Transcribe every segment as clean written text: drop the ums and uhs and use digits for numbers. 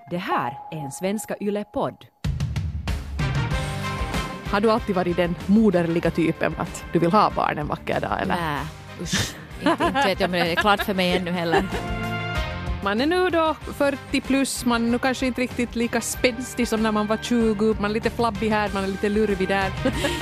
Det här är en Svenska Yle-podd. Har du alltid varit den moderliga typen att du vill ha barn en vacker dag? Eller? Nej, usch. Inte vet jag om det är klart för mig ännu heller. Man är nu då 40 plus, man är nu kanske inte riktigt lika spänstig som när man var 20. Man är lite flabbig här, man är lite lurvig där.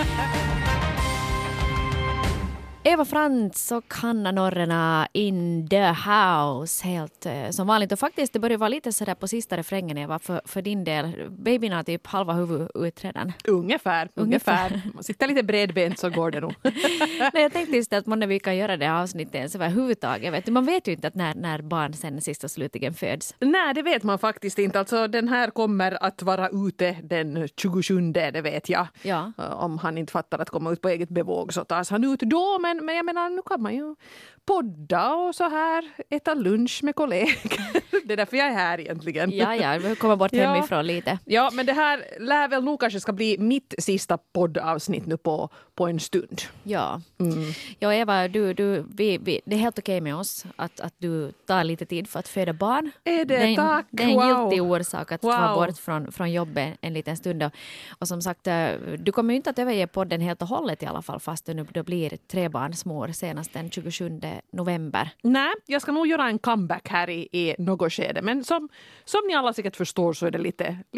Eva Frantz och Hanna Norrena in the house helt som vanligt. Och faktiskt det börjar vara lite sådär på sista refrängen, Eva, för din del. Babyn har typ halva huvud ut redan. Ungefär. Man sitter lite bredbent så går det nog. Nej, jag tänkte just att vi kan göra det avsnittet så överhuvudtaget. Vet du, man vet ju inte att när barn sen sist och slutligen föds. Nej, det vet man faktiskt inte. Alltså, den här kommer att vara ute den 27, det vet jag. Ja. Om han inte fattar att komma ut på eget bevåg så tas han ut då. Men jag menar, nu kan man ju podda och så här, äta lunch med kollegor. Det är därför jag är här egentligen. Ja, vi kommer bort hemifrån lite. Ja, men det här lär väl nog kanske ska bli mitt sista poddavsnitt nu på en stund. Ja. Ja, Eva, det är helt okej med oss att du tar lite tid för att föda barn. Är det? Tack. Det är en giltig orsak att vara bort från jobbet en liten stund. Och som sagt, du kommer ju inte att överge podden helt och hållet i alla fall, fast du nu då blir trebarnsmor senast den 27 november. Nej, jag ska nog göra en comeback här i något skede. Men som ni alla säkert förstår så är det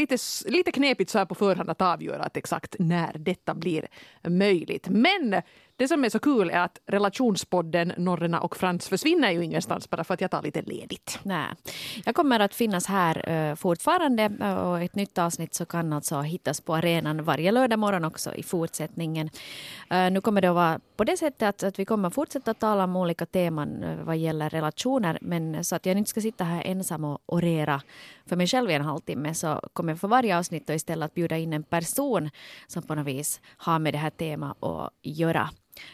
lite knepigt så här på förhand att avgöra att exakt när detta blir möjligt. Men det som är så kul är att relationspodden Norrena och Frans försvinner ju ingenstans bara för att jag tar lite ledigt. Nej, jag kommer att finnas här fortfarande och ett nytt avsnitt så kan alltså hittas på arenan varje lördag morgon också i fortsättningen. Nu kommer det att vara på det sättet att vi kommer fortsätta tala om olika teman vad gäller relationer, men så att jag inte ska sitta här ensam och rera för mig själv i en halvtimme så kommer jag för varje avsnitt och istället att bjuda in en person som på något vis har med det här temat att göra.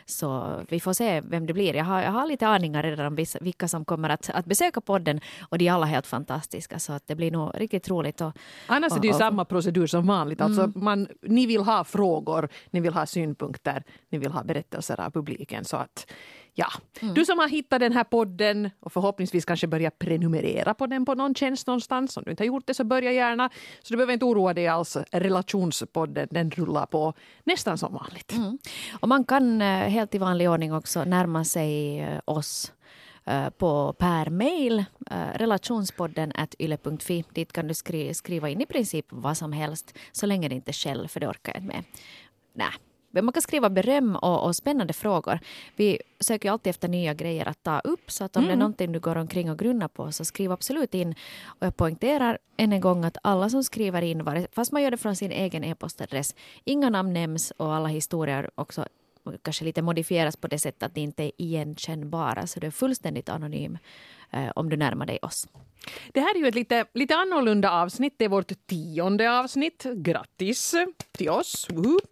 Så vi får se vem det blir. Jag har lite aningar redan om vilka som kommer att besöka podden och de är alla helt fantastiska så att det blir nog riktigt roligt. Annars är det ju samma procedur som vanligt. Alltså ni vill ha frågor, ni vill ha synpunkter, ni vill ha berättelser av publiken så att ja, du som har hittat den här podden och förhoppningsvis kanske börja prenumerera på den på någon tjänst någonstans. Om du inte har gjort det så börja gärna. Så du behöver inte oroa dig alls. Relationspodden, den rullar på nästan som vanligt. Och man kan helt i vanlig ordning också närma sig oss per mail relationspodden@yle.fi. Dit kan du skriva in i princip vad som helst så länge det inte är skäll, för det orkar jag inte med. Nej. Man kan skriva beröm och spännande frågor. Vi söker alltid efter nya grejer att ta upp. Så att om det är någonting du går omkring och grunnar på så skriv absolut in. Och jag poängterar än en gång att alla som skriver in, fast man gör det från sin egen e-postadress, inga namn nämns och alla historier också kanske lite modifieras på det sättet att det inte är igenkännbara. Så det är fullständigt anonym om du närmar dig oss. Det här är ju ett lite annorlunda avsnitt. Det är vårt 10:e avsnitt. Grattis till oss.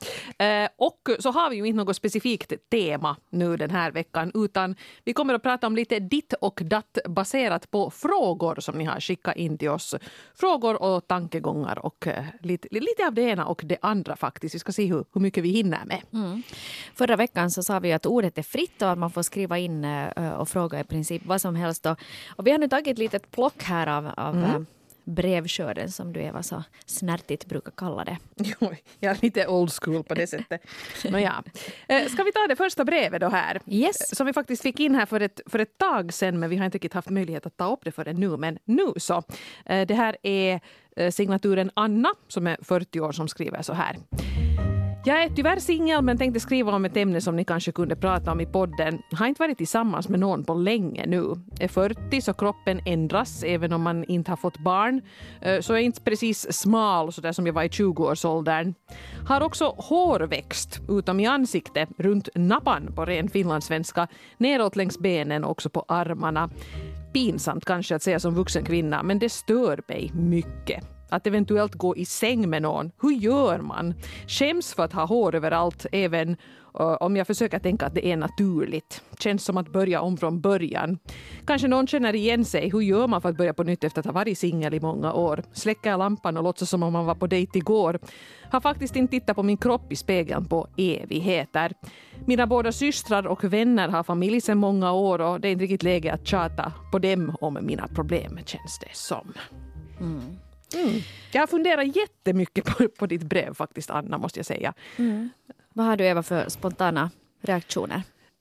Och så har vi ju inte något specifikt tema nu den här veckan utan vi kommer att prata om lite ditt och datt baserat på frågor som ni har skickat in till oss. Frågor och tankegångar och lite av det ena och det andra faktiskt. Vi ska se hur mycket vi hinner med. Förra veckan så sa vi att ordet är fritt och att man får skriva in och fråga i princip vad som helst. Och vi har nu tagit ett litet plock här av brevskörden som du, Eva, så snärtigt brukar kalla det. Jo, jag är lite old school på det sättet. Nåja. Ska vi ta det första brevet då här? Yes. Som vi faktiskt fick in här för ett tag sedan men vi har inte riktigt haft möjlighet att ta upp det för det nu. Men nu så. Det här är signaturen Anna som är 40 år som skriver så här. Jag är tyvärr singel men tänkte skriva om ett ämne som ni kanske kunde prata om i podden. Har inte varit tillsammans med någon på länge nu. Är 40 så kroppen ändras även om man inte har fått barn. Så jag är inte precis smal så där som jag var i 20-årsåldern. Har också hårväxt utom i ansikte runt nappan på ren finlandssvenska. Neråt längs benen och också på armarna. Pinsamt kanske att säga som vuxen kvinna men det stör mig mycket. Att eventuellt gå i säng med någon. Hur gör man? Skäms för att ha hår överallt även om jag försöker tänka att det är naturligt. Känns som att börja om från början. Kanske någon känner igen sig. Hur gör man för att börja på nytt efter att ha varit singel i många år? Släcker lampan och låtsas som om man var på dejt igår. Har faktiskt inte tittat på min kropp i spegeln på evigheter. Mina båda systrar och vänner har familj sedan många år och det är inte riktigt läge att tjata på dem om mina problem, känns det som. Jag har funderat jättemycket på ditt brev faktiskt, Anna, måste jag säga. Vad har du, Eva, för spontana reaktioner?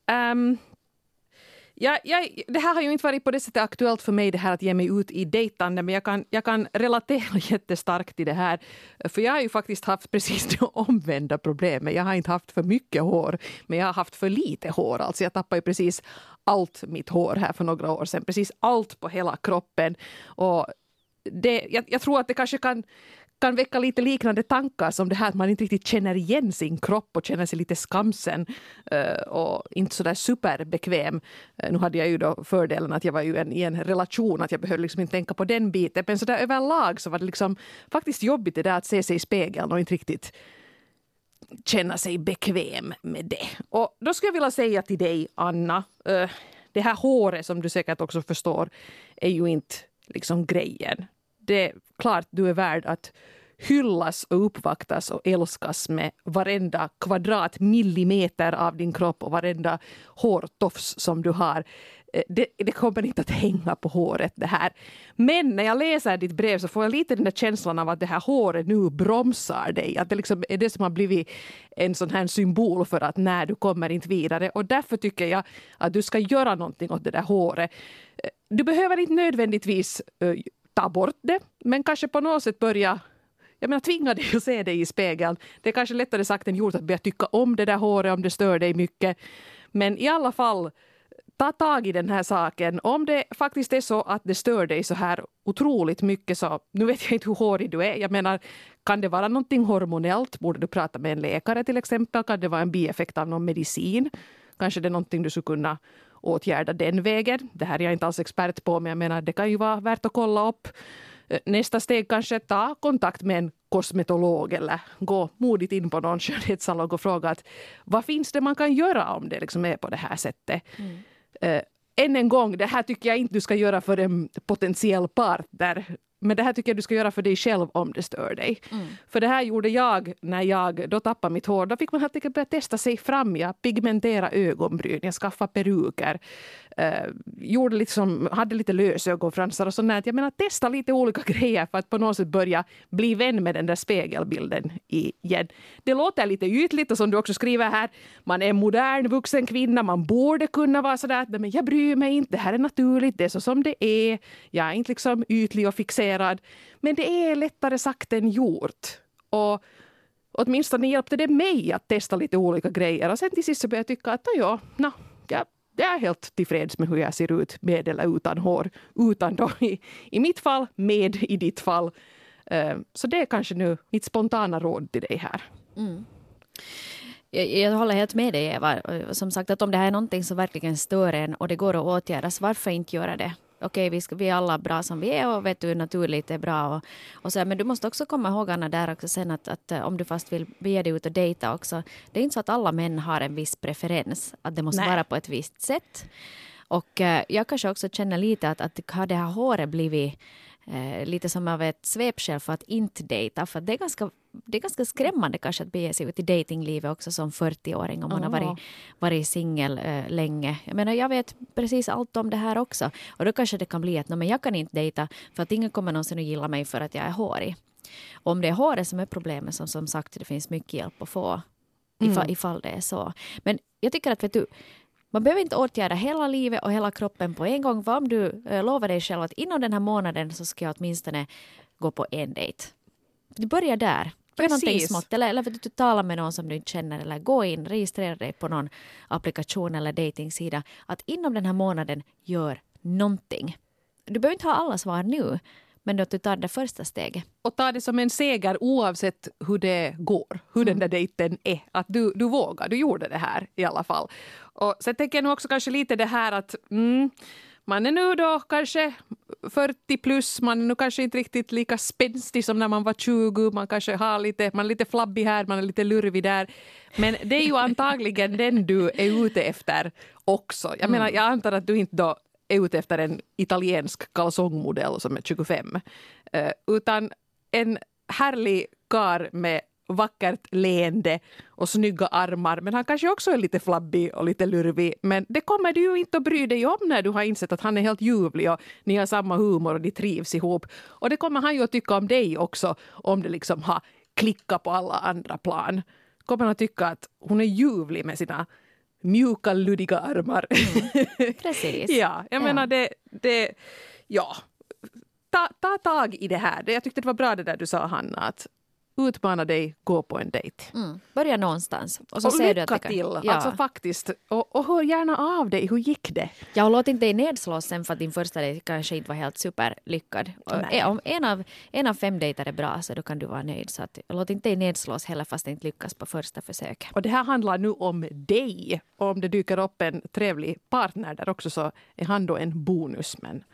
Det här har ju inte varit på det sättet aktuellt för mig, det här att ge mig ut i dejtande, men jag kan relatera jättestarkt till det här. För jag har ju faktiskt haft precis det omvända problemet. Jag har inte haft för mycket hår, men jag har haft för lite hår. Alltså jag tappade ju precis allt mitt hår här för några år sedan. Precis allt på hela kroppen. Och jag tror att det kanske kan väcka lite liknande tankar som det här att man inte riktigt känner igen sin kropp och känner sig lite skamsen och inte så där superbekväm. Nu hade jag ju då fördelen att jag var ju i en relation, att jag behövde liksom inte tänka på den biten. Men så där överlag så var det liksom faktiskt jobbigt det där att se sig i spegeln och inte riktigt känna sig bekväm med det. Och då skulle jag vilja säga till dig, Anna, det här håret som du säkert också förstår är ju inte liksom grejen. Det är klart du är värd att hyllas och uppvaktas och älskas med varenda kvadratmillimeter av din kropp och varenda hårtofs som du har. Det kommer inte att hänga på håret det här. Men när jag läser ditt brev så får jag lite den där känslan av att det här håret nu bromsar dig. Att det liksom är det som har blivit en sån här symbol för att när du kommer inte vidare. Och därför tycker jag att du ska göra någonting åt det där håret. Du behöver inte nödvändigtvis ta bort det, men kanske på något sätt börja tvinga dig att se dig i spegeln. Det är kanske lättare sagt än gjort att börja tycka om det där håret om det stör dig mycket. Men i alla fall, ta tag i den här saken. Om det faktiskt är så att det stör dig så här otroligt mycket, så nu vet jag inte hur hårig du är. Jag menar, kan det vara någonting hormonellt? Borde du prata med en läkare till exempel? Kan det vara en bieffekt av någon medicin? Kanske det är någonting du skulle kunna åtgärda den vägen. Det här är jag inte alls expert på, men jag menar det kan ju vara värt att kolla upp. Nästa steg kanske ta kontakt med en kosmetolog eller gå modigt in på någon skönhetssalong och fråga att vad finns det man kan göra om det liksom är på det här sättet. Än en gång, det här tycker jag inte du ska göra för en potentiell partner. Men det här tycker jag du ska göra för dig själv om det stör dig. För det här gjorde jag när jag då tappade mitt hår. Då fick man helt enkelt börja testa sig fram. Jag pigmentera ögonbryn, jag skaffade peruker. Gjorde liksom, hade lite lösögonfransar och sånt. Jag menar, testa lite olika grejer för att på något sätt börja bli vän med den där spegelbilden igen. Det låter lite ytligt och som du också skriver här, man är en modern vuxen kvinna, man borde kunna vara sådär, men jag bryr mig inte, det här är naturligt, det är så som det är. Jag är inte liksom ytlig och fixerad, men det är lättare sagt än gjort. Och åtminstone hjälpte det mig att testa lite olika grejer och sen till sist så började jag tycka att jag är helt tillfreds med hur jag ser ut med eller utan hår. Utan då i mitt fall, med i ditt fall. Så det är kanske nu mitt spontana råd till dig här. Jag håller helt med dig, Eva. Som sagt, att om det här är någonting som verkligen stör en och det går att åtgärdas, varför inte göra det? Okej, vi är alla bra som vi är och vet du, naturligt är bra. Och så, men du måste också komma ihåg, Anna, där också sen att om du fast vill bege dig ut och dejta också. Det är inte så att alla män har en viss preferens. Att det måste vara på ett visst sätt. Och jag kanske också känner lite att har det här håret blivit lite som av ett svepskäl för att inte dejta. För det är ganska skrämmande kanske att bege sig ut i datinglivet också som 40-åring om man har varit singel länge. Jag menar, jag vet precis allt om det här också. Och då kanske det kan bli att men jag kan inte dejta för att ingen kommer någonsin att gilla mig för att jag är hårig. Och om det är håret som är problemet, som sagt, det finns mycket hjälp att få ifall det är så. Men jag tycker att man behöver inte åtgärda hela livet och hela kroppen på en gång. För om du lovar dig själv att inom den här månaden så ska jag åtminstone gå på en dejt. Du börjar där. Gör någonting smått. Eller för att du talar med någon som du inte känner. Eller gå in, registrera dig på någon applikation eller dejtingsida. Att inom den här månaden gör någonting. Du behöver inte ha alla svar nu. Men då att du tar det första steget. Och ta det som en seger oavsett hur det går. Hur den där dejten är. Att du vågar, du gjorde det här i alla fall. Och sen tänker jag nog också kanske lite det här att man är nu då kanske 40 plus. Man är nu kanske inte riktigt lika spänstig som när man var 20. Man kanske man är lite flabbig här, man är lite lurvig där. Men det är ju antagligen den du är ute efter också. Jag menar, jag antar att du inte då är ute efter en italiensk kalsongmodell som är 25. Utan en härlig kar med vackert leende och snygga armar, men han kanske också är lite flabbig och lite lurvig, men det kommer du ju inte att bry dig om när du har insett att han är helt ljuvlig och ni har samma humor och de trivs ihop. Och det kommer han ju att tycka om dig också, om det liksom har klickat på alla andra plan. Kommer han att tycka att hon är ljuvlig med sina mjuka, luddiga armar. Precis. Ja, jag menar ja. Ta tag i det här. Jag tyckte det var bra det där du sa, Hanna, att utmana dig, gå på en dejt. Börja någonstans. Och säger lycka du att till. Ja. Alltså faktiskt. Och hör gärna av dig. Hur gick det? Ja, och låt inte dig nedslås sen för att din första dejt kanske inte var helt superlyckad. Om en av 5 dejter är bra så då kan du vara nöjd. Så att, låt inte dig nedslås heller fast det inte lyckas på första försöket. Och det här handlar nu om dig. Och om det dyker upp en trevlig partner där också så är han då en bonus. Men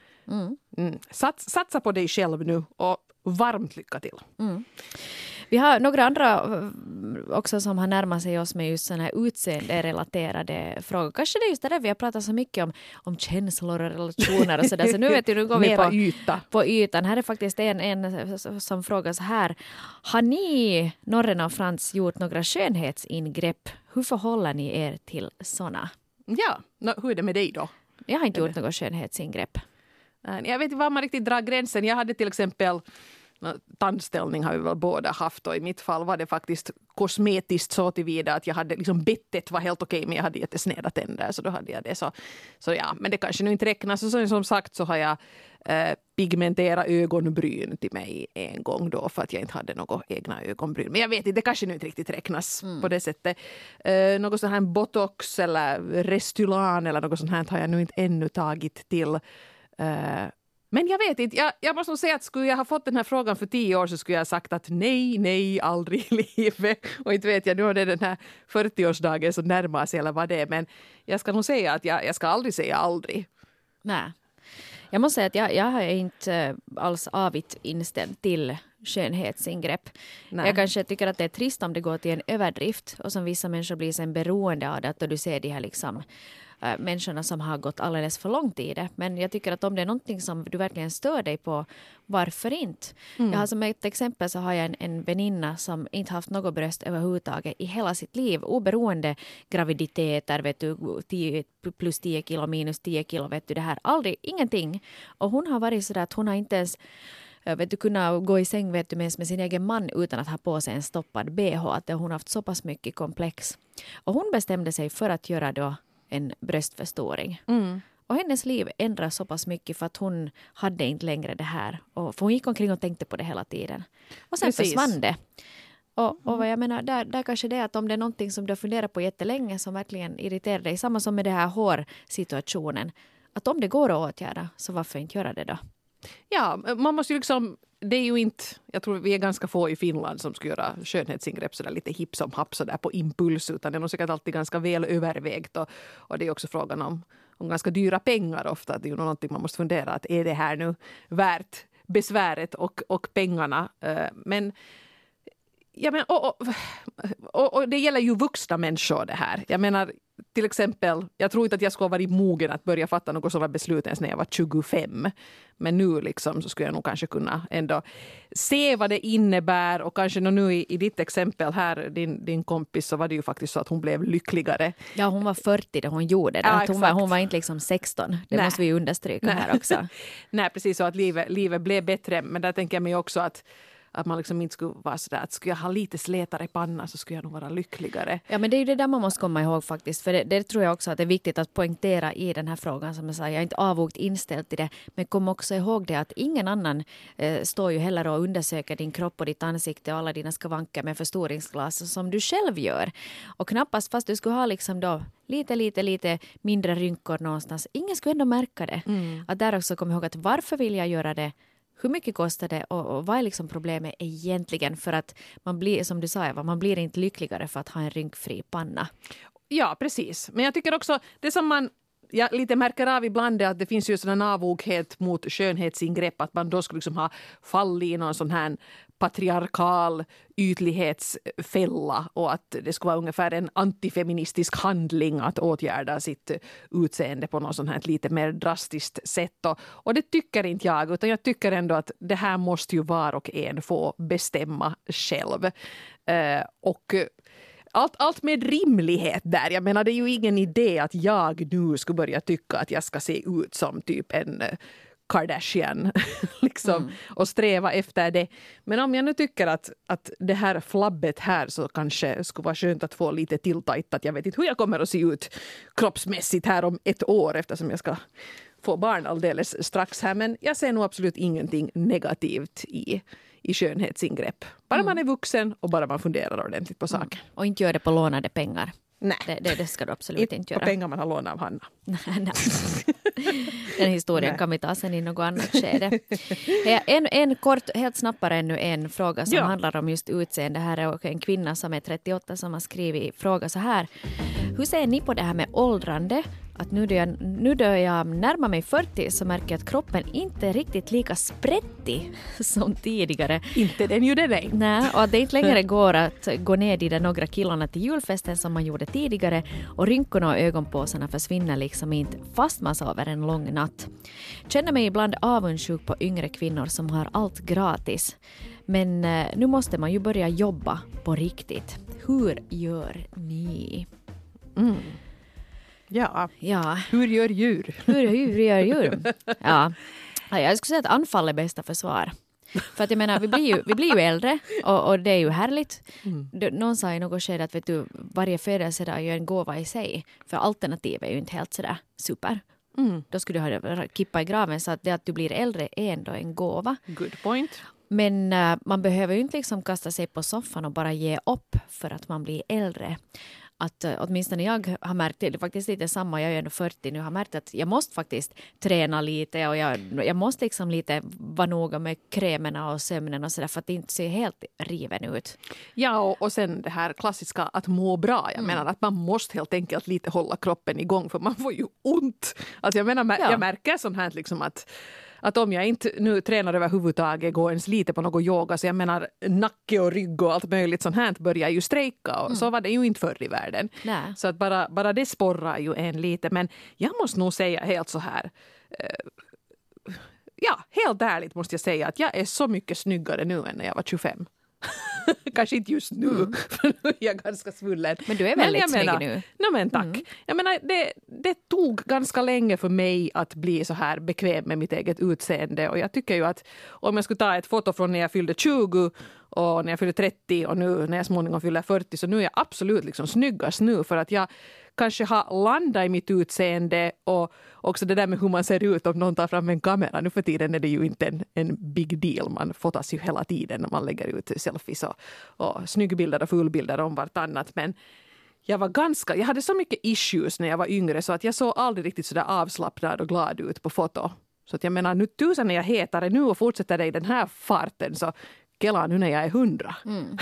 satsa på dig själv nu och varmt lycka till. Vi har några andra också som har närmat sig oss med just sådana här utseende-relaterade frågor. Kanske det är just det där vi har pratat så mycket om känslor och relationer och sådär. Så nu vet du, nu går vi på ytan. Här är faktiskt en som frågar så här. Har ni, Norren och Frans, gjort några skönhetsingrepp? Hur förhåller ni er till sådana? Ja, hur är det med dig då? Jag har inte gjort något skönhetsingrepp. Jag vet inte var man riktigt drar gränsen. Jag hade till exempel tandställning har vi väl båda haft och i mitt fall var det faktiskt kosmetiskt så tillvida att jag hade liksom bettet var helt okej men jag hade jättesnäda tänder så då hade jag det så ja, men det kanske nu inte räknas och så, som sagt så har jag pigmenterat ögonbryn till mig en gång då för att jag inte hade några egna ögonbryn. Men jag vet inte, det kanske nu inte riktigt räknas på det sättet. Något sånt här botox eller Restylan eller något sånt här har jag nu inte ännu tagit till. Men jag vet inte, jag måste nog säga att skulle jag ha fått den här frågan för 10 år så skulle jag ha sagt att nej, aldrig i livet. Och inte vet jag, nu är det den här 40-årsdagen som närmar sig eller vad det är. Men jag ska nog säga att jag ska aldrig säga aldrig. Nej. Jag måste säga att jag har inte alls avigt inställd till skönhetsingrepp. Nej. Jag kanske tycker att det är trist om det går till en överdrift och som vissa människor blir sen beroende av det att du ser de här liksom människorna som har gått alldeles för långt i det. Men jag tycker att om det är någonting som du verkligen stör dig på, varför inte? Jag har som ett exempel så har jag en väninna som inte haft något bröst överhuvudtaget i hela sitt liv. Oberoende graviditeter, vet du, 10 plus 10 kilo minus 10 kilo, vet du, det här. Aldrig, ingenting. Och hon har varit sådär att hon har inte ens vet du, kunna gå i säng vet du, med sin egen man utan att ha på sig en stoppad BH. Att hon har haft så pass mycket komplex. Och hon bestämde sig för att göra då en bröstförstoring. Och hennes liv ändrades så pass mycket för att hon hade inte längre det här. För hon gick omkring och tänkte på det hela tiden. Och sen försvann det. Och vad jag menar, där kanske det är att om det är någonting som du har funderat på jättelänge som verkligen irriterar dig. Samma som med det här hårsituationen. Att om det går att åtgärda så varför inte göra det då? Ja, man måste ju liksom, det är ju inte, jag tror vi är ganska få i Finland som ska göra skönhetsingrepp sådär lite hipp som happ sådär på impuls utan det är nog säkert alltid ganska väl övervägt och det är också frågan om ganska dyra pengar ofta. Det är ju någonting man måste fundera att är det här nu värt besväret och pengarna. Men jag menar, och det gäller ju vuxna människor det här. Jag menar till exempel, jag tror inte att jag skulle ha varit mogen att börja fatta något sådana beslut ens när jag var 25. Men nu liksom så skulle jag nog kanske kunna ändå se vad det innebär och kanske nu i ditt exempel här, din kompis, så var det ju faktiskt så att hon blev lyckligare. Ja, hon var 40 då hon gjorde det. Ja, hon var inte liksom 16. Det Nej. måste vi understryka här också. Nej, precis så att livet blev bättre. Men där tänker jag mig också att man liksom inte skulle vara sådär att skulle jag ha lite slätare panna så skulle jag nog vara lyckligare. Ja, men det är ju det där man måste komma ihåg faktiskt. För det tror jag också att det är viktigt att poängtera i den här frågan. Som jag sa, jag är inte avvokt inställd till det. Men kom också ihåg det att ingen annan står ju heller och undersöker din kropp och ditt ansikte och alla dina skavanker med förstoringsglas som du själv gör. Och knappast fast du skulle ha liksom då lite mindre rynkor någonstans. Ingen skulle ändå märka det. Att där också kom ihåg att varför vill jag göra det? Hur mycket kostar det och vad är liksom problemet egentligen? För att man blir, som du sa Eva, man blir inte lyckligare för att ha en rynkfri panna. Ja, precis. Men jag tycker också, det som man jag lite märker av ibland att det finns ju sån avoghet mot skönhetsingrepp, att man då skulle liksom ha fallit i någon sån här patriarkal ytlighetsfälla och att det skulle vara ungefär en antifeministisk handling att åtgärda sitt utseende på något sånt här lite mer drastiskt sätt. Och det tycker inte jag, utan jag tycker ändå att det här måste ju var och en få bestämma själv. Och allt med rimlighet där. Jag menar, det är ju ingen idé att jag nu skulle börja tycka att jag ska se ut som typ en Kardashian liksom, och sträva efter det. Men om jag nu tycker att det här flabbet här så kanske skulle vara skönt att få lite tilltajtat. Jag vet inte hur jag kommer att se ut kroppsmässigt här om ett år, eftersom jag ska få barn alldeles strax här. Men jag ser nog absolut ingenting negativt i skönhetsingrepp. Bara man är vuxen och bara man funderar ordentligt på saken. Och inte gör det på lånade pengar. Nej. Det ska du absolut inte göra. På pengar man har lånat av Hanna. Nej. Den historien kan vi ta sen i något annat skede. En kort, helt snabbare ännu en fråga som handlar om just utseende. Här är en kvinna som är 38 som har skrivit fråga så här. Hur ser ni på det här med åldrande? Att nu då jag närmar mig 40 så märker jag att kroppen inte är riktigt lika sprättig som tidigare. Inte den ju det, nej. Nej, och att det inte längre går att gå ner de där några kilorna till julfesten som man gjorde tidigare, och rynkorna och ögonpåsarna försvinner liksom inte fast man sover en lång natt. Känner mig ibland avundsjuk på yngre kvinnor som har allt gratis. Men nu måste man ju börja jobba på riktigt. Hur gör ni? Ja. Ja. Hur gör djur? Hur gör djur? Ja. Jag skulle säga att anfall är bästa försvar. För att jag menar, vi blir ju äldre och det är ju härligt. Någon sa i något skede att vet du, varje födelsedag är ju en gåva i sig. För alternativet är ju inte helt sådär super. Då skulle du ha kippa i graven, så att det att du blir äldre är ändå en gåva. Good point. Men man behöver ju inte liksom kasta sig på soffan och bara ge upp för att man blir äldre. Att åtminstone jag har märkt, det är faktiskt lite samma, jag är ändå 40 nu, har märkt att jag måste faktiskt träna lite och jag måste liksom lite vara noga med krämerna och sömnen och sådär för att det inte ser helt riven ut. Ja, och sen det här klassiska att må bra. Jag menar att man måste helt enkelt lite hålla kroppen igång för man får ju ont. Alltså jag menar, jag märker sånt här liksom att om jag inte nu tränar överhuvudtaget, går ens lite på något yoga, så jag menar nacke och rygg och allt möjligt sånt här börjar ju strejka och så var det ju inte förr i världen. Nej. Så att bara det sporrar ju en lite. Men jag måste nog säga helt så här, helt ärligt måste jag säga att jag är så mycket snyggare nu än när jag var 25. Kanske inte just nu, för nu är jag ganska svullen. Men du är väldigt snygg nu. Men tack. Jag menar, det tog ganska länge för mig att bli så här bekväm med mitt eget utseende. Och jag tycker ju att om jag skulle ta ett foto från när jag fyllde 20 och när jag fyllde 30 och nu när jag småningom fyller 40, så nu är jag absolut liksom snyggast nu, för att jag kanske har landat i mitt utseende och också det där med hur man ser ut om någon tar fram en kamera. Nu för tiden är det ju inte en big deal. Man fotas ju hela tiden när man lägger ut selfies och snyggbilder och fullbilder om vartannat. Men jag hade så mycket issues när jag var yngre så att jag såg aldrig riktigt så där avslappnad och glad ut på foto. Så att jag menar, nu tusen är jag hetare nu och fortsätter det i den här farten, så kela nu när jag är 100.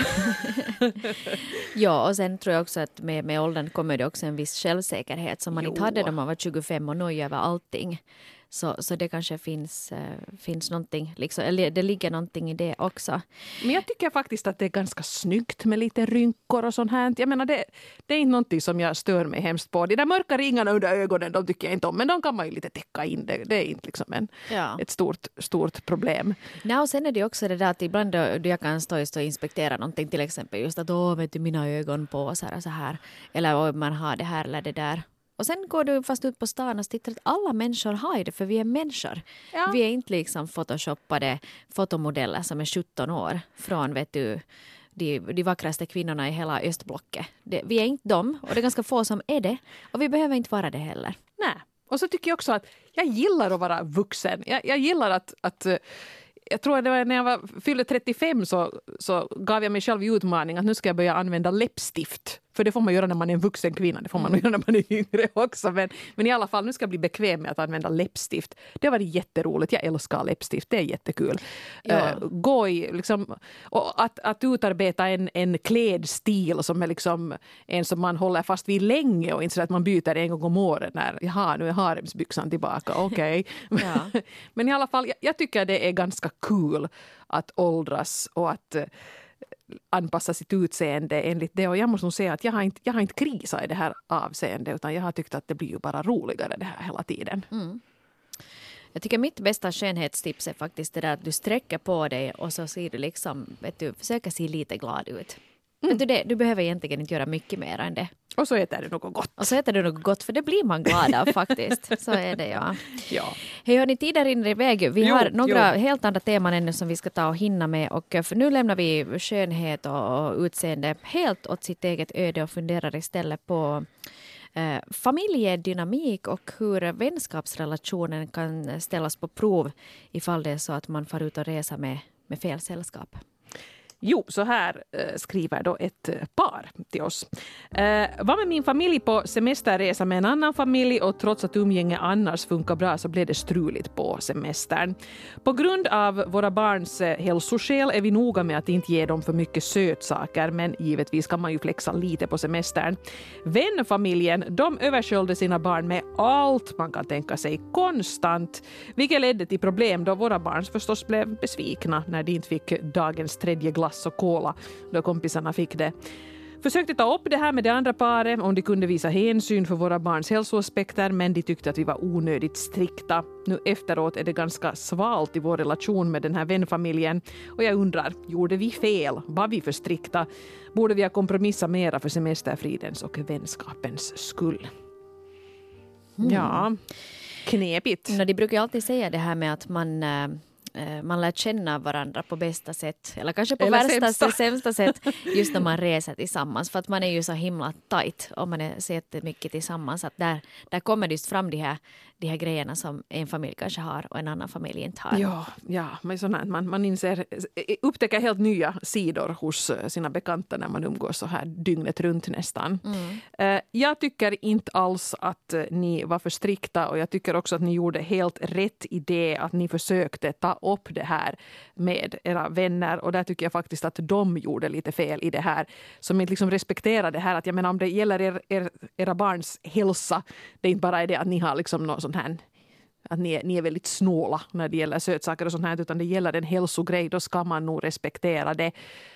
Ja, och sen tror jag också att med åldern kommer det också en viss självsäkerhet som man inte hade när man var 25 och nöjd över allting. Så det kanske finns någonting, liksom, eller det ligger någonting i det också. Men jag tycker faktiskt att det är ganska snyggt med lite rynkor och sånt här. Jag menar, det är inte någonting som jag stör mig hemskt på. De där mörka ringarna under ögonen, de tycker jag inte om. Men de kan man ju lite täcka in. Det är inte liksom ett stort problem. Nej, och sen är det också det där att ibland då jag kan stå och inspektera någonting, till exempel just att vet du, mina ögon på så här. Eller man har det här eller det där. Och sen går du fast ut på stan och tittar att alla människor har det, för vi är människor. Ja. Vi är inte liksom photoshoppade fotomodeller som är 17 år från, vet du, de vackraste kvinnorna i hela östblocket. Vi är inte dem, och det är ganska få som är det. Och vi behöver inte vara det heller. Nej. Och så tycker jag också att jag gillar att vara vuxen. Jag gillar att jag tror att det var när jag fyllde 35 så gav jag mig själv utmaning att nu ska jag börja använda läppstift för det får man göra när man är en vuxen kvinna, det får man göra när man är yngre också. Men i alla fall, nu ska jag bli bekväm med att använda läppstift. Det har varit jätteroligt, jag älskar läppstift, det är jättekul. Gå i, liksom, och att utarbeta en klädstil som är liksom en som man håller fast vid länge och inte så att man byter en gång om året när, jaha, nu är haremsbyxan tillbaka, okej. Ja. Men i alla fall, jag tycker det är ganska kul att åldras och att anpassa sitt utseende enligt det. Och jag måste nog säga att jag har inte krisat i det här avseendet, utan jag har tyckt att det blir ju bara roligare det här hela tiden. Jag tycker mitt bästa skönhetstips är faktiskt det där att du sträcker på dig och så ser du liksom, vet du, försöker se lite glad ut. Vet du, du behöver egentligen inte göra mycket mer än det. Och så äter du något gott. Och så äter du något gott, för det blir man glad av faktiskt. Så är det, ja. Hej, hörni, tiden rinner iväg. Vi har några helt andra teman ännu som vi ska ta och hinna med. Och för nu lämnar vi skönhet och utseende helt åt sitt eget öde och funderar istället på familjedynamik och hur vänskapsrelationen kan ställas på prov ifall det är så att man får ut och resa med fel sällskap. Jo, så här skriver då ett par till oss. Var med min familj på semesterresa med en annan familj och trots att umgänge annars funkar bra så blev det struligt på semestern. På grund av våra barns hälsoskäl är vi noga med att inte ge dem för mycket sötsaker, men givetvis kan man ju flexa lite på semestern. Vänfamiljen, de översköljde sina barn med allt man kan tänka sig konstant, vilket ledde till problem då våra barn förstås blev besvikna när de inte fick dagens tredje glass och cola då kompisarna fick det. Försökte ta upp det här med det andra paret om de kunde visa hänsyn för våra barns hälsoaspekter, men de tyckte att vi var onödigt strikta. Nu efteråt är det ganska svalt i vår relation med den här vänfamiljen och jag undrar, gjorde vi fel? Var vi för strikta? Borde vi ha kompromissat mera för semesterfridens och vänskapens skull? Ja, knepigt. De brukar ju alltid säga det här med att man lär känna varandra på bästa sätt eller kanske på sämsta sätt just när man reser tillsammans, för att man är ju så himla tajt om man är så mycket tillsammans att där kommer det just fram de här grejerna som en familj kanske har och en annan familj inte har. Ja, men sådär, man upptäcker helt nya sidor hos sina bekanta när man umgås så här dygnet runt nästan. Jag tycker inte alls att ni var för strikta och jag tycker också att ni gjorde helt rätt i det att ni försökte ta upp det här med era vänner, och där tycker jag faktiskt att de gjorde lite fel i det här, som inte liksom respekterar det här att jag menar, om det gäller era barns hälsa, det är inte bara det att ni har liksom något sånt här att ni är väldigt snåla när det gäller sötsaker och sånt här, utan det gäller en hälsogrej, då ska man nog respektera det.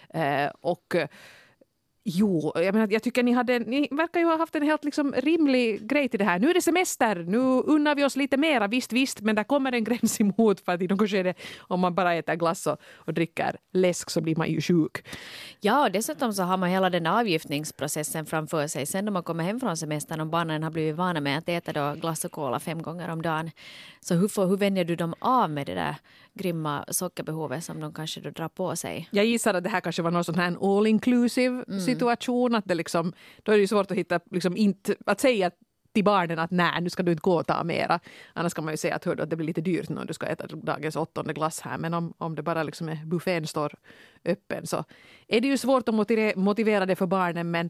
Jag tycker ni verkar ju ha haft en helt liksom rimlig grej till det här. Nu är det semester, nu unnar vi oss lite mera, visst, men där kommer en gräns emot, för att i något skede, om man bara äter glass och dricker läsk så blir man ju sjuk. Ja, och dessutom så har man hela den avgiftningsprocessen framför sig. Sen när man kommer hem från semestern och barnen har blivit vana med att äta då glass och cola 5 gånger om dagen, så hur vänjer du dem av med det där grymma sockerbehovet som de kanske då drar på sig? Jag gissar att det här kanske var någon sån här all-inclusive situation, att det liksom, då är det ju svårt att hitta liksom inte, att säga till barnen att nej, nu ska du inte gå och ta mera. Annars kan man ju säga att det blir lite dyrt när du ska äta dagens 8:e glass här. Men om det bara liksom är buffén står öppen så är det ju svårt att motivera det för barnen, men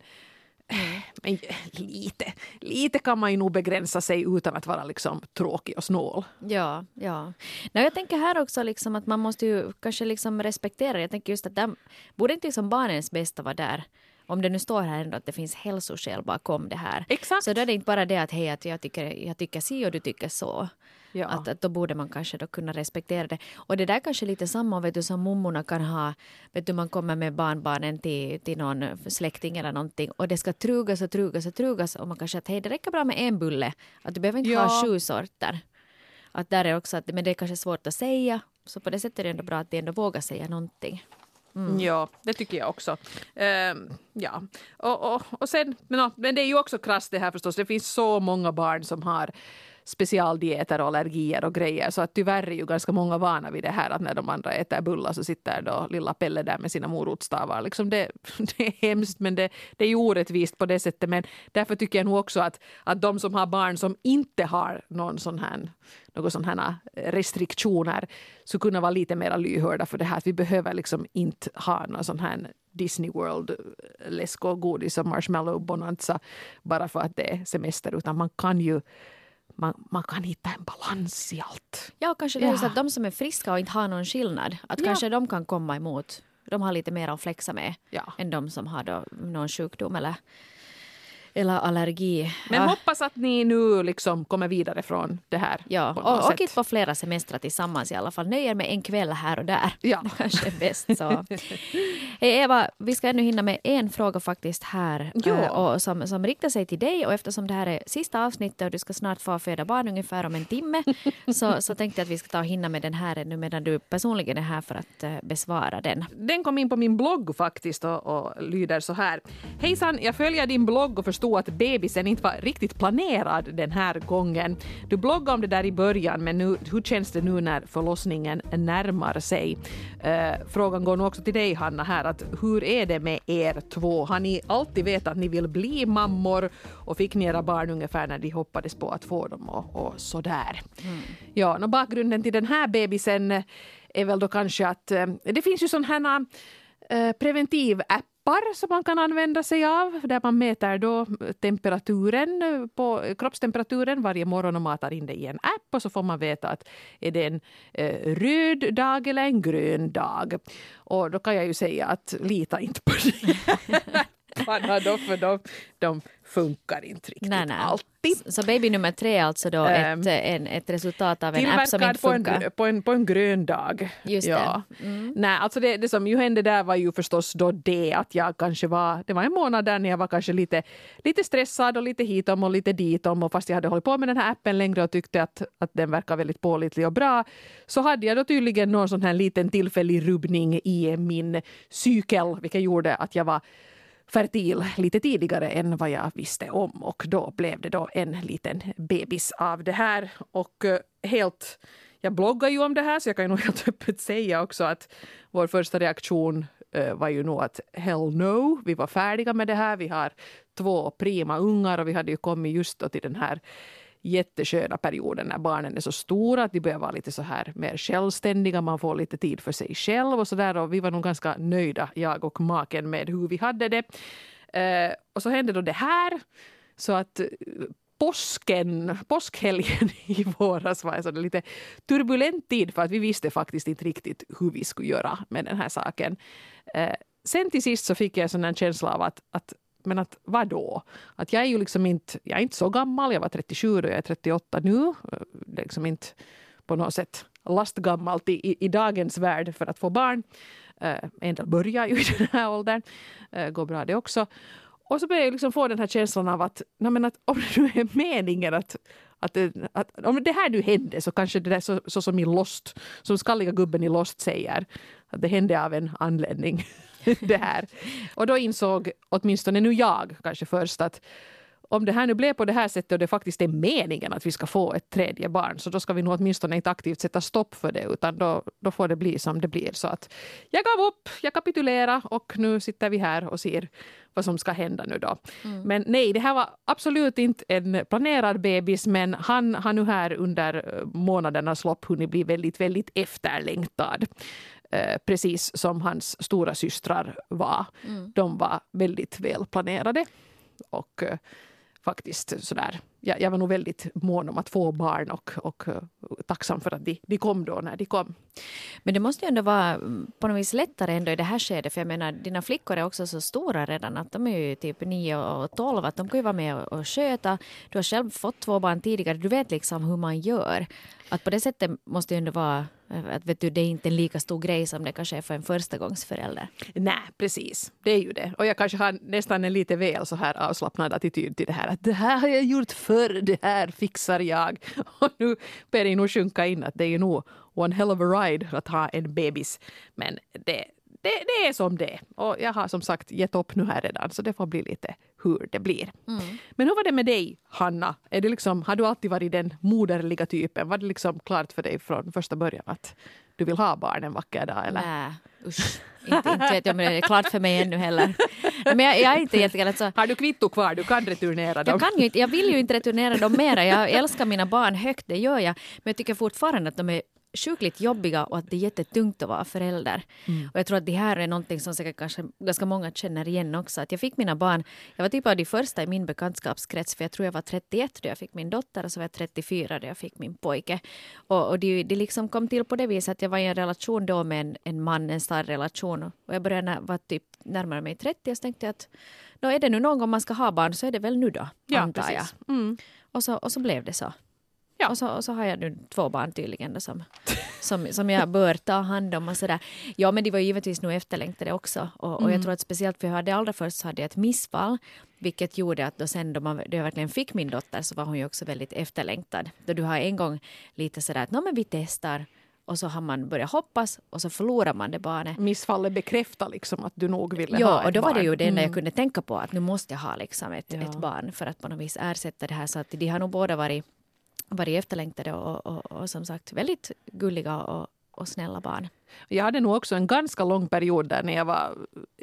lite kan man ju nog begränsa sig utan att vara liksom tråkig och snål. Ja. Nej, jag tänker här också liksom att man måste ju kanske liksom respektera. Jag tänker just att där borde inte liksom barnens bästa vara där. Om det nu står här ändå att det finns hälsoskäl bakom det här. Exakt. Så då är det inte bara det att hej, att jag tycker si och du tycker så. Ja. Att då borde man kanske då kunna respektera det. Och det där kanske lite samma, vet du, som mummorna kan ha. Vet du, man kommer med barnbarnen till någon släkting eller någonting. Och det ska trugas. Och man kanske att hej, det räcker bra med en bulle. Att du behöver inte ha 7 sorter. Att där är också, men det är kanske svårt att säga. Så på det sättet är det ändå bra att de ändå vågar säga någonting. Ja, det tycker jag också. Ja. Och sen, men det är ju också krasst det här förstås. Det finns så många barn som har specialdieter och allergier och grejer, så att tyvärr är ju ganska många vana vid det här att när de andra äter bullar så sitter då lilla Pelle där med sina morotstavar. Liksom det är hemskt, men det är ju orättvist på det sättet, men därför tycker jag nog också att de som har barn som inte har någon sån här restriktioner så kunna vara lite mer lyhörda för det här, att vi behöver liksom inte ha någon sån här Disney World läsk och godis och marshmallow bonanza bara för att det är semester, utan man kan ju man kan hitta en balans i allt. Ja, och kanske det är så att de som är friska och inte har någon skillnad, att kanske de kan komma emot. De har lite mer att flexa med än de som har då någon sjukdom eller allergi. Men hoppas att ni nu liksom kommer vidare från det här. Ja, och inte på flera semestrar tillsammans i alla fall. Nöjer med en kväll här och där. Ja. Det kanske är bäst så. Hey Eva, vi ska ännu hinna med en fråga faktiskt här. Och som riktar sig till dig. Och eftersom det här är sista avsnittet och du ska snart få föda barn ungefär om en timme. så tänkte jag att vi ska ta och hinna med den här nu medan du personligen är här för att besvara den. Den kom in på min blogg faktiskt och lyder så här. Hejsan, jag följer din blogg och förstod att bebisen inte var riktigt planerad den här gången. Du bloggade om det där i början, men nu, hur känns det nu när förlossningen närmar sig? Frågan går nog också till dig, Hanna, här. Att hur är det med er två? Har ni alltid vetat att ni vill bli mammor? Och fick ni era barn ungefär när de hoppades på att få dem och sådär? Ja, bakgrunden till den här bebisen är väl då kanske att det finns ju sådana här preventivappar som man kan använda sig av, där man mäter då temperaturen på kroppstemperaturen varje morgon och matar in det i en app, och så får man veta att är det en röd dag eller en grön dag. Och då kan jag ju säga att lita inte på det. För de funkar inte riktigt alltid. Så baby nummer 3 alltså då ett resultat av en app som inte funkar. På en grön dag. Just det. Nej, alltså det som ju hände där var ju förstås då det att jag kanske det var en månad där när jag var kanske lite stressad och lite hitom och lite ditom, och fast jag hade hållit på med den här appen längre och tyckte att den verkar väldigt pålitlig och bra, så hade jag då tydligen någon sån här liten tillfällig rubbning i min cykel, vilket gjorde att jag var fertil lite tidigare än vad jag visste om, och då blev det då en liten bebis av det här. Och jag bloggar ju om det här, så jag kan ju nog helt öppet säga också att vår första reaktion var ju nog att hell no, vi var färdiga med det här. Vi har 2 prima ungar och vi hade ju kommit just då till den här jättesköna perioden när barnen är så stora att de börjar vara lite så här mer självständiga. Man får lite tid för sig själv och så där, och vi var nog ganska nöjda, jag och maken, med hur vi hade det. Och så hände då det här, så att påskhelgen i våras var en sån lite turbulent tid, för att vi visste faktiskt inte riktigt hur vi skulle göra med den här saken. Sen till sist så fick jag en sån här känsla av att vadå? Att jag är ju liksom inte så gammal, jag var 37 och jag är 38 nu. Det är liksom inte på något sätt lastgammalt i dagens värld för att få barn. En del börjar ju i den här åldern. Går bra det också. Och så börjar jag liksom få den här känslan av att om det nu är meningen att om det här nu hände, så kanske det är så som i Lost, som skalliga gubben i Lost säger, att det hände av en anledning. Det här. Och då insåg åtminstone nu jag kanske först att om det här nu blev på det här sättet och det faktiskt är meningen att vi ska få ett 3:e barn, så då ska vi nog åtminstone inte aktivt sätta stopp för det, utan då får det bli som det blir. Så att jag gav upp, jag kapitulerade, och nu sitter vi här och ser vad som ska hända nu då. Men nej, det här var absolut inte en planerad bebis, men han har nu här under månadernas lopp hunnit bli väldigt, väldigt efterlängtad. Precis som hans stora systrar var. De var väldigt välplanerade och faktiskt sådär. Jag var nog väldigt mån om att få barn och tacksam för att de kom då när de kom. Men det måste ju ändå vara på något vis lättare ändå i det här skedet, för jag menar, dina flickor är också så stora redan att de är ju typ 9 och 12, att de kan ju vara med och sköta. Du har själv fått 2 barn tidigare, du vet liksom hur man gör. Att på det sättet måste ju ändå vara att vet du, det är inte en lika stor grej som det kanske är för en förstagångsförälder. Nej, precis. Det är ju det. Och jag kanske har nästan en lite väl så här avslappnad attityd till det här. Att det här har jag gjort förr, det här fixar jag. Och nu börjar det nog sjunka in att det är nog one hell of a ride att ha en bebis. Men det är som det. Och jag har som sagt gett upp nu här redan, så det får bli lite hur det blir. Men hur var det med dig, Hanna? Är det liksom, har du alltid varit den moderliga typen? Var det liksom klart för dig från första början att du vill ha barn en vacker dag? Eller? Nej, usch. Inte vet jag om det är klart för mig ännu heller. Men jag är inte egentligen alltså. Har du kvitto kvar? Du kan returnera dem. Jag vill ju inte returnera dem mera. Jag älskar mina barn högt, det gör jag. Men jag tycker fortfarande att de är sjukligt jobbiga och att det är jättetungt att vara förälder. Och jag tror att det här är någonting som säkert kanske ganska många känner igen också. Att jag fick mina barn, jag var typ av de första i min bekantskapskrets, för jag tror jag var 31 då jag fick min dotter och så var jag 34 då jag fick min pojke. Och det liksom kom till på det viset att jag var i en relation då med en man, en stark relation. Och jag började vara typ närmare mig 30 och så tänkte jag att då är det nu någon gång man ska ha barn så är det väl nu då, antar jag. Och så blev det så. Ja. Och så har jag nu 2 barn tydligen då, som jag bör ta hand om och sådär. Ja, men det var givetvis nog efterlängtade också. Och jag tror att speciellt för jag allra först hade ett missfall, vilket gjorde att då sen då jag verkligen fick min dotter så var hon ju också väldigt efterlängtad. Då du har en gång lite sådär att men vi testar. Och så har man börjat hoppas och så förlorar man det barnet. Missfallet bekräftar liksom att du nog ville ha ett barn. Ja, och då var det ju det enda jag Mm. kunde tänka på. Att nu måste jag ha liksom ett barn för att på något vis ersätta det här. Så att de har nog båda varit efterlängtade och som sagt väldigt gulliga och snälla barn. Jag hade nog också en ganska lång period där när jag var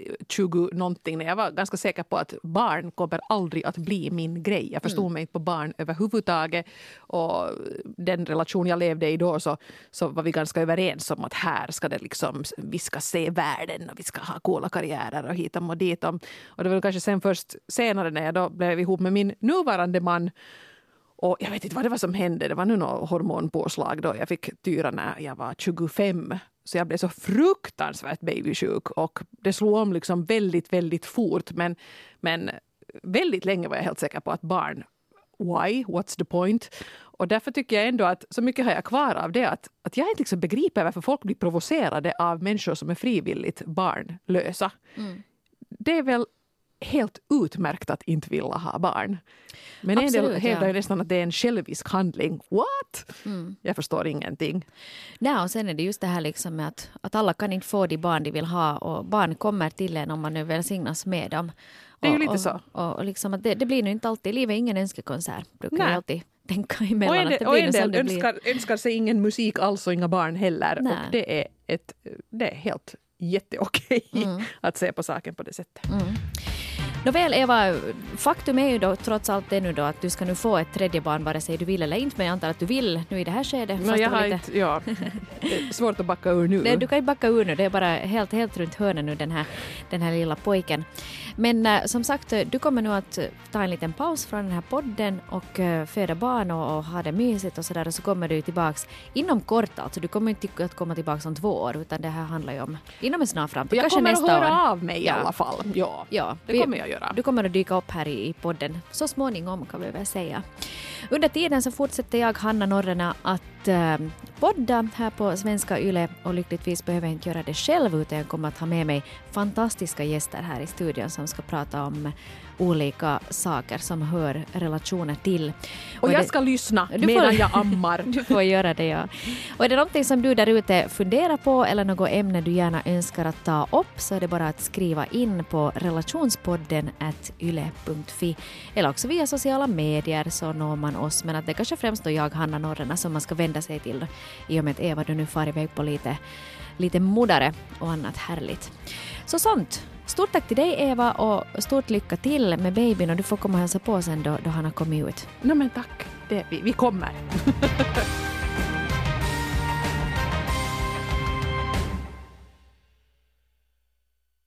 20 någonting, när jag var ganska säker på att barn kommer aldrig att bli min grej. Jag förstod mig inte på barn överhuvudtaget, och den relation jag levde i då så var vi ganska överens om att här ska det liksom, vi ska se världen och vi ska ha coola karriärer och hitom och ditom. Och det var kanske sen först senare när jag då blev ihop med min nuvarande man. Och jag vet inte vad det var som hände. Det var nu något hormonpåslag då. Jag fick tyra när jag var 25. Så jag blev så fruktansvärt babysjuk. Och det slog om liksom väldigt, väldigt fort. Men väldigt länge var jag helt säker på att barn, why? What's the point? Och därför tycker jag ändå att så mycket har jag kvar av det. Att jag inte liksom begriper varför folk blir provocerade av människor som är frivilligt barnlösa. Det är väl helt utmärkt att inte vilja ha barn. Men en del hävdar ju nästan att det är en självisk handling. What? Jag förstår ingenting. Nej, och sen är det just det här liksom med att alla kan inte få de barn de vill ha, och barn kommer till en om man nu välsignas med dem. Det är ju lite så. Och liksom att det blir nu inte alltid, livet är ingen önskekonsert, brukar jag alltid tänka emellan. Och en del önskar sig ingen musik alls och inga barn heller. Nej. Och det är helt jätteokej att se på saken på det sättet. Nåväl, Eva, faktum är ju då trots allt det nu då att du ska nu få ett tredje barn, vare sig du vill eller inte, men jag antar att du vill nu i det här skedet. Jag har inte, det är svårt att backa ur nu. Nej, du kan inte backa ur nu, det är bara helt runt hörnen nu den här lilla pojken. Men som sagt, du kommer nu att ta en liten paus från den här podden och föda barn och ha det mysigt och sådär, och så kommer du tillbaks inom kort, alltså du kommer inte att komma tillbaks om 2 år, utan det här handlar ju om inom en snar framtid. Jag kanske kommer nästa att höra år. av mig i alla fall. Ja, det kommer jag göra. Du kommer att dyka upp här i podden så småningom, kan vi väl säga. Under tiden så fortsätter jag, Hanna Norrena, att podda här på Svenska Yle, och lyckligtvis behöver jag inte göra det själv, utan jag kommer att ha med mig fantastiska gäster här i studion som ska prata om olika saker som hör relationer till. Och jag ska lyssna medan jag ammar. Du får göra det, ja. Och är det någonting som du där ute funderar på eller något ämne du gärna önskar att ta upp, så är det bara att skriva in på relationspodden@yle.fi, eller också via sociala medier så når man oss. Men att det kanske främst då jag, Hanna Norrena, som man ska vända sig till i och med att Eva du nu far iväg på lite modare och annat härligt. Så sånt. Stort tack till dig, Eva, och stort lycka till med babyn, och du får komma och hälsa på sen då han har kommit ut. Men tack. Vi kommer.